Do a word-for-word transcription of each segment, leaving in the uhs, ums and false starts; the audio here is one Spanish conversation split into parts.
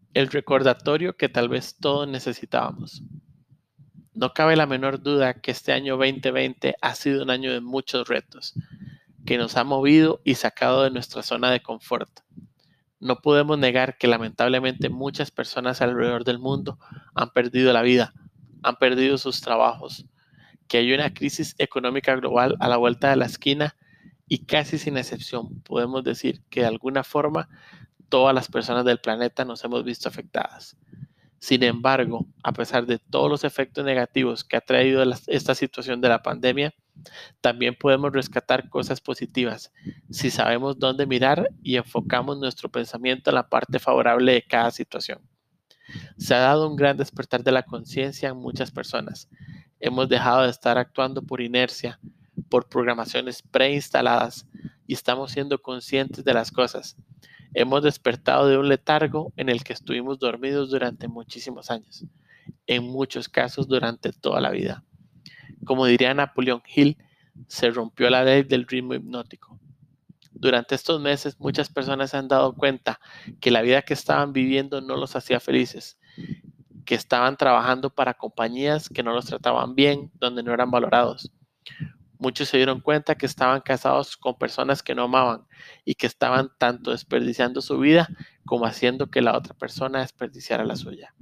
El recordatorio que tal vez todos necesitábamos. No cabe la menor duda que este año veinte veinte ha sido un año de muchos retos, que nos ha movido y sacado de nuestra zona de confort. No podemos negar que lamentablemente muchas personas alrededor del mundo han perdido la vida, han perdido sus trabajos, que hay una crisis económica global a la vuelta de la esquina y casi sin excepción podemos decir que de alguna forma todas las personas del planeta nos hemos visto afectadas. Sin embargo, a pesar de todos los efectos negativos que ha traído esta situación de la pandemia, también podemos rescatar cosas positivas si sabemos dónde mirar y enfocamos nuestro pensamiento en la parte favorable de cada situación. Se ha dado un gran despertar de la conciencia en muchas personas. Hemos dejado de estar actuando por inercia, por programaciones preinstaladas y estamos siendo conscientes de las cosas. Hemos despertado de un letargo en el que estuvimos dormidos durante muchísimos años, en muchos casos durante toda la vida. Como diría Napoleón Hill, se rompió la ley del ritmo hipnótico. Durante estos meses muchas personas se han dado cuenta que la vida que estaban viviendo no los hacía felices, que estaban trabajando para compañías que no los trataban bien, donde no eran valorados. Muchos se dieron cuenta que estaban casados con personas que no amaban y que estaban tanto desperdiciando su vida como haciendo que la otra persona desperdiciara la suya.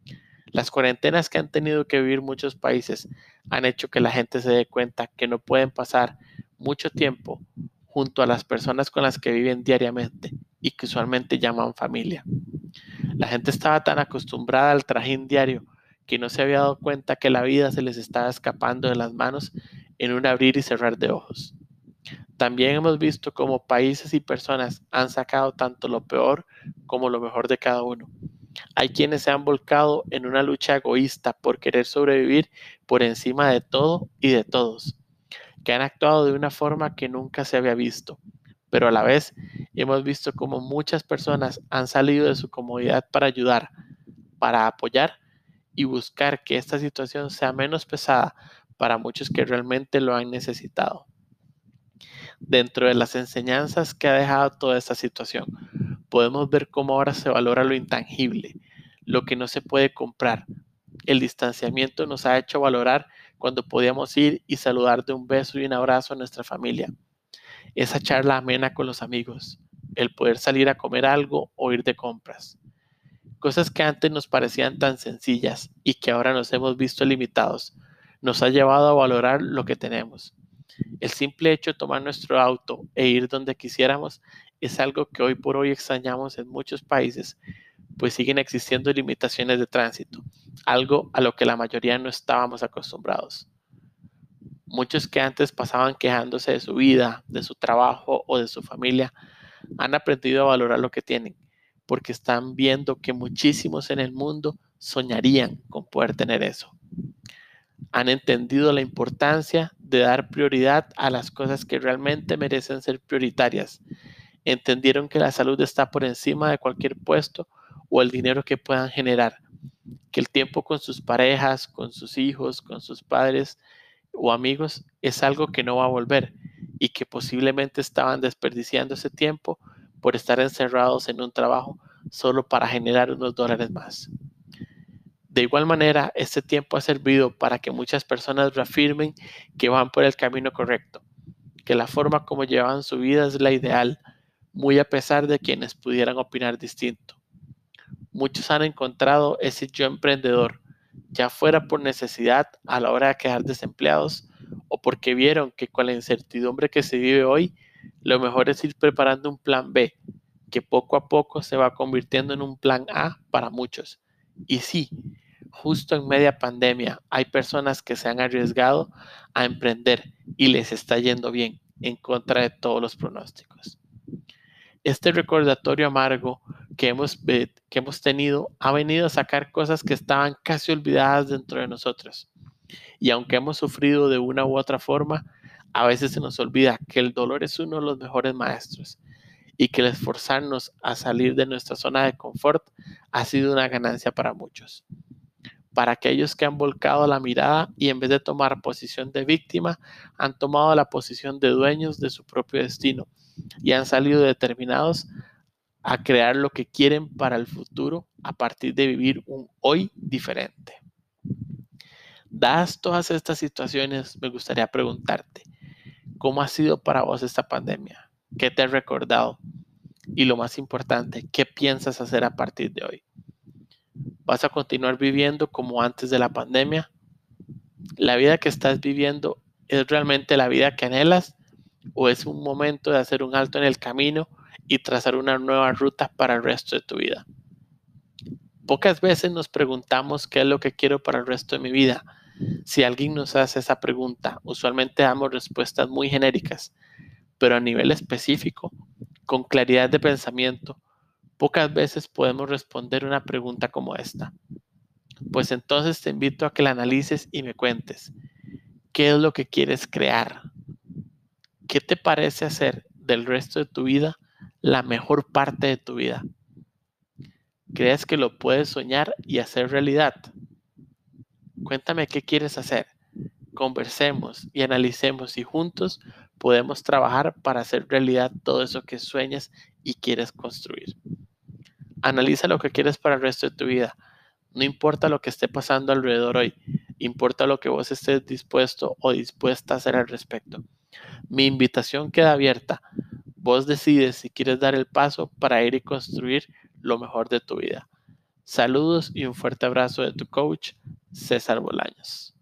Las cuarentenas que han tenido que vivir muchos países han hecho que la gente se dé cuenta que no pueden pasar mucho tiempo junto a las personas con las que viven diariamente y que usualmente llaman familia. La gente estaba tan acostumbrada al trajín diario que no se había dado cuenta que la vida se les estaba escapando de las manos en un abrir y cerrar de ojos. También hemos visto cómo países y personas han sacado tanto lo peor como lo mejor de cada uno. Hay quienes se han volcado en una lucha egoísta por querer sobrevivir por encima de todo y de todos, que han actuado de una forma que nunca se había visto. Pero a la vez hemos visto cómo muchas personas han salido de su comodidad para ayudar, para apoyar y buscar que esta situación sea menos pesada para muchos que realmente lo han necesitado. Dentro de las enseñanzas que ha dejado toda esta situación, podemos ver cómo ahora se valora lo intangible, lo que no se puede comprar. El distanciamiento nos ha hecho valorar cuando podíamos ir y saludar de un beso y un abrazo a nuestra familia. Esa charla amena con los amigos, el poder salir a comer algo o ir de compras. Cosas que antes nos parecían tan sencillas y que ahora nos hemos visto limitados, nos ha llevado a valorar lo que tenemos. El simple hecho de tomar nuestro auto e ir donde quisiéramos es algo que hoy por hoy extrañamos en muchos países, pues siguen existiendo limitaciones de tránsito, algo a lo que la mayoría no estábamos acostumbrados. Muchos que antes pasaban quejándose de su vida, de su trabajo o de su familia, han aprendido a valorar lo que tienen, porque están viendo que muchísimos en el mundo soñarían con poder tener eso. Han entendido la importancia de dar prioridad a las cosas que realmente merecen ser prioritarias. Entendieron que la salud está por encima de cualquier puesto o el dinero que puedan generar, que el tiempo con sus parejas, con sus hijos, con sus padres o amigos es algo que no va a volver y que posiblemente estaban desperdiciando ese tiempo por estar encerrados en un trabajo solo para generar unos dólares más. De igual manera, este tiempo ha servido para que muchas personas reafirmen que van por el camino correcto, que la forma como llevan su vida es la ideal, muy a pesar de quienes pudieran opinar distinto. Muchos han encontrado ese yo emprendedor, ya fuera por necesidad a la hora de quedar desempleados o porque vieron que con la incertidumbre que se vive hoy, lo mejor es ir preparando un plan B, que poco a poco se va convirtiendo en un plan A para muchos. Y sí, justo en media pandemia hay personas que se han arriesgado a emprender y les está yendo bien en contra de todos los pronósticos. Este recordatorio amargo que hemos, que hemos tenido ha venido a sacar cosas que estaban casi olvidadas dentro de nosotros. Y aunque hemos sufrido de una u otra forma, a veces se nos olvida que el dolor es uno de los mejores maestros y que el esforzarnos a salir de nuestra zona de confort ha sido una ganancia para muchos. Para aquellos que han volcado la mirada y en vez de tomar posición de víctima, han tomado la posición de dueños de su propio destino y han salido determinados a crear lo que quieren para el futuro a partir de vivir un hoy diferente. Dadas todas estas situaciones, me gustaría preguntarte, ¿cómo ha sido para vos esta pandemia? ¿Qué te has recordado? Y lo más importante, ¿qué piensas hacer a partir de hoy? ¿Vas a continuar viviendo como antes de la pandemia? ¿La vida que estás viviendo es realmente la vida que anhelas? ¿O es un momento de hacer un alto en el camino y trazar una nueva ruta para el resto de tu vida? Pocas veces nos preguntamos qué es lo que quiero para el resto de mi vida. Si alguien nos hace esa pregunta, usualmente damos respuestas muy genéricas, pero a nivel específico, con claridad de pensamiento, pocas veces podemos responder una pregunta como esta. Pues entonces te invito a que la analices y me cuentes, ¿qué es lo que quieres crear? ¿Qué te parece hacer del resto de tu vida la mejor parte de tu vida? ¿Crees que lo puedes soñar y hacer realidad? Cuéntame qué quieres hacer. Conversemos y analicemos si juntos podemos trabajar para hacer realidad todo eso que sueñas y quieres construir. Analiza lo que quieres para el resto de tu vida. No importa lo que esté pasando alrededor hoy, importa lo que vos estés dispuesto o dispuesta a hacer al respecto. Mi invitación queda abierta. Vos decides si quieres dar el paso para ir y construir lo mejor de tu vida. Saludos y un fuerte abrazo de tu coach, César Bolaños.